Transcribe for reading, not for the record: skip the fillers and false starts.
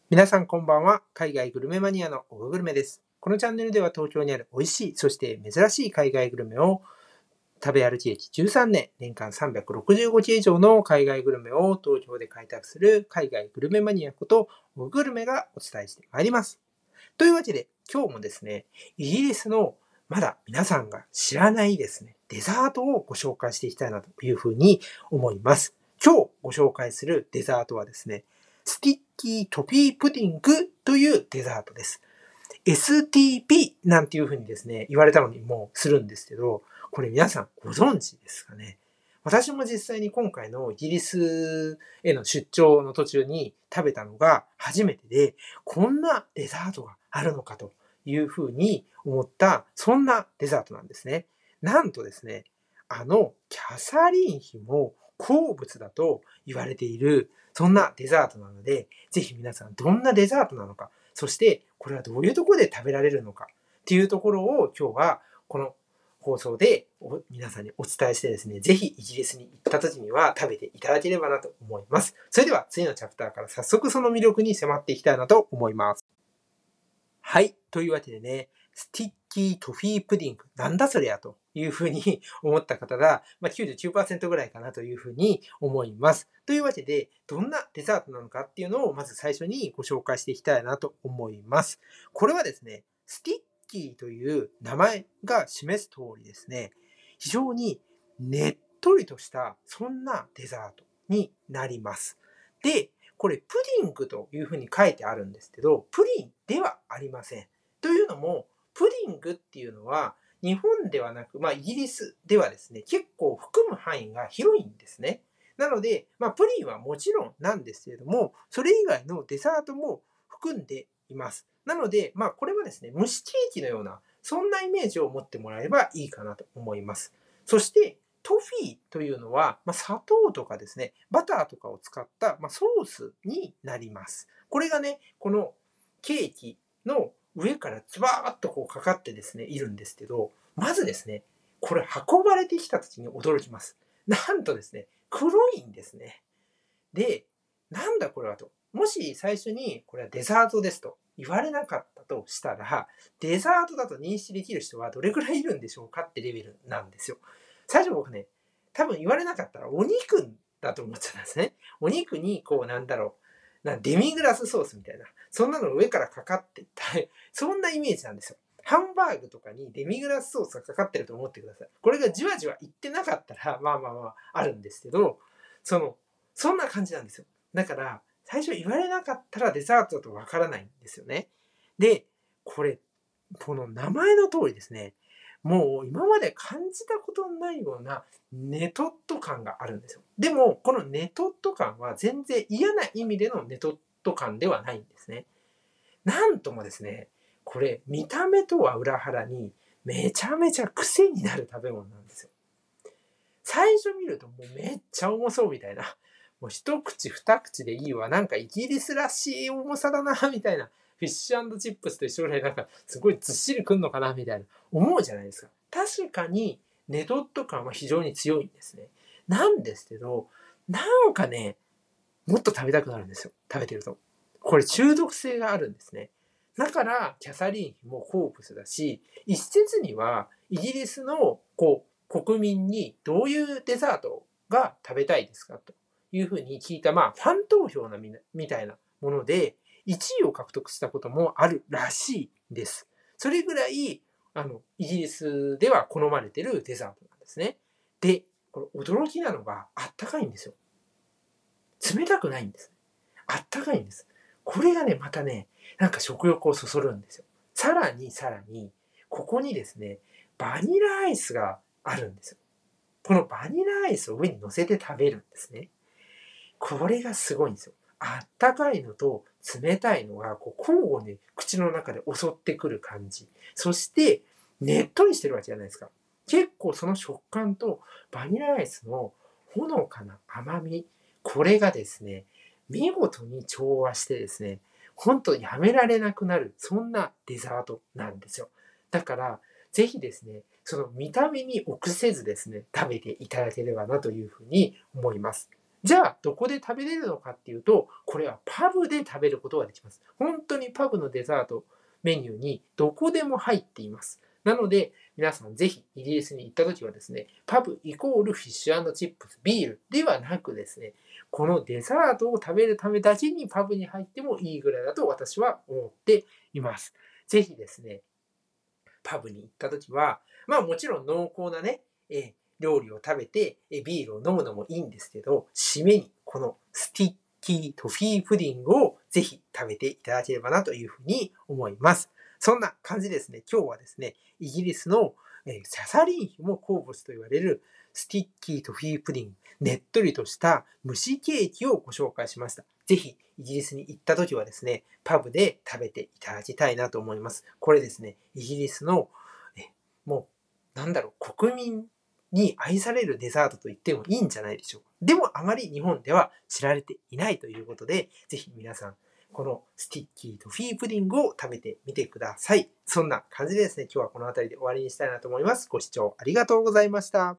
皆さんこんばんは。海外グルメマニアのオググルメです。このチャンネルでは東京にある美味しい、そして珍しい海外グルメを食べ歩き歴13年、年間365期以上の海外グルメを東京で開拓する海外グルメマニアことオググルメがお伝えしてまいります。というわけで今日もですね、イギリスのまだ皆さんが知らないですね、デザートをご紹介していきたいなというふうに思います。今日ご紹介するデザートはですね、スティッキートフィープディングというデザートです。STP なんていうふうにですね、言われたのにもするんですけど、これ皆さんご存知ですかね。私も実際に今回のイギリスへの出張の途中に食べたのが初めてで、こんなデザートがあるのかというふうに思った、そんなデザートなんですね。なんとですね、キャサリン妃も好物だと言われている、そんなデザートなので、ぜひ皆さんどんなデザートなのか、そしてこれはどういうところで食べられるのかっていうところを今日はこの放送で皆さんにお伝えしてですね、ぜひイギリスに行った時には食べていただければなと思います。それでは次のチャプターから早速その魅力に迫っていきたいなと思います。はい。というわけでね、スティッキートフィープディング、なんだそりゃというふうに思った方が、99% ぐらいかなというふうに思います。というわけで、どんなデザートなのかっていうのをまず最初にご紹介していきたいなと思います。これはですね、スティッキーという名前が示す通りですね、非常にねっとりとしたそんなデザートになります。で、これプディングというふうに書いてあるんですけど、プリンではありません。というのも、プディングっていうのは、日本ではなく、イギリスではですね、結構含む範囲が広いんですね。なので、プリンはもちろんなんですけれども、それ以外のデザートも含んでいます。なので、これはですね、蒸しケーキのような、そんなイメージを持ってもらえればいいかなと思います。そして、トフィーというのは、砂糖とかですね、バターとかを使った、ソースになります。これがね、このケーキの上からズバーっとこうかかってですね、いるんですけど、まずですね、これ運ばれてきた時に驚きます。なんとですね、黒いんですね。で、なんだこれはと。もし最初にこれはデザートですと言われなかったとしたら、デザートだと認識できる人はどれくらいいるんでしょうかってレベルなんですよ。最初僕ね、多分言われなかったらお肉だと思っちゃったんですね。お肉にこうデミグラスソースみたいな、そんなの上からかかっていった、そんなイメージなんですよ。ハンバーグとかにデミグラスソースがかかってると思ってください。これがじわじわいってなかったら、あるんですけど、そんな感じなんですよ。だから、最初言われなかったらデザートだとわからないんですよね。で、これ、この名前の通りですね、もう今まで感じたことのないようなネトッと感があるんですよ。でも、このネトッと感は全然嫌な意味でのネトッと感ではないんですね。なんともですね、これ、見た目とは裏腹にめちゃめちゃ癖になる食べ物なんですよ。最初見るともうめっちゃ重そうみたいな。もう一口二口でいいわ。なんかイギリスらしい重さだな、みたいな。フィッシュチップスと一緒ぐらいなんかすごいずっしりくんのかな、みたいな。思うじゃないですか。確かにネトッと感は非常に強いんですね。なんですけど、なんかね、もっと食べたくなるんですよ。食べてると。これ中毒性があるんですね。だから、キャサリン妃も好物だし、一説には、イギリスの、国民にどういうデザートが食べたいですかというふうに聞いた、ファン投票みたいなもので、1位を獲得したこともあるらしいです。それぐらい、イギリスでは好まれてるデザートなんですね。で、これ驚きなのがあったかいんですよ。冷たくないんです。あったかいんです。これがね、またね、なんか食欲をそそるんですよ。さらに、ここにですね、バニラアイスがあるんですよ。このバニラアイスを上に乗せて食べるんですね。これがすごいんですよ。あったかいのと冷たいのが交互に口の中で襲ってくる感じ。そして、ねっとりしてるわけじゃないですか。結構その食感とバニラアイスのほのかな甘み、これがですね、見事に調和してですね、ほんとやめられなくなる、そんなデザートなんですよ。だから、ぜひですね、その見た目に臆せずですね、食べていただければなというふうに思います。 じゃあ、どこで食べれるのかっていうと、これはパブで食べることができます。本当にパブのデザートメニューにどこでも入っています。なので、皆さんぜひイギリスに行った時はですね、パブイコールフィッシュチップス、ビールではなくですね、このデザートを食べるためだけにパブに入ってもいいぐらいだと私は思っています。ぜひですね、パブに行った時は、もちろん濃厚なね、料理を食べて、ビールを飲むのもいいんですけど、締めにこのスティッキートフィープディングをぜひ食べていただければなというふうに思います。そんな感じですね、今日はですね、イギリスの、キャサリン妃も好物と言われるスティッキートフィープディング、ねっとりとした蒸しケーキをご紹介しました。ぜひイギリスに行った時はですね、パブで食べていただきたいなと思います。これですね、イギリスの、もう、国民に愛されるデザートと言ってもいいんじゃないでしょうか。でもあまり日本では知られていないということで、ぜひ皆さん、このスティッキートフィープディングを食べてみてください。そんな感じでですね、今日はこの辺りで終わりにしたいなと思います。ご視聴ありがとうございました。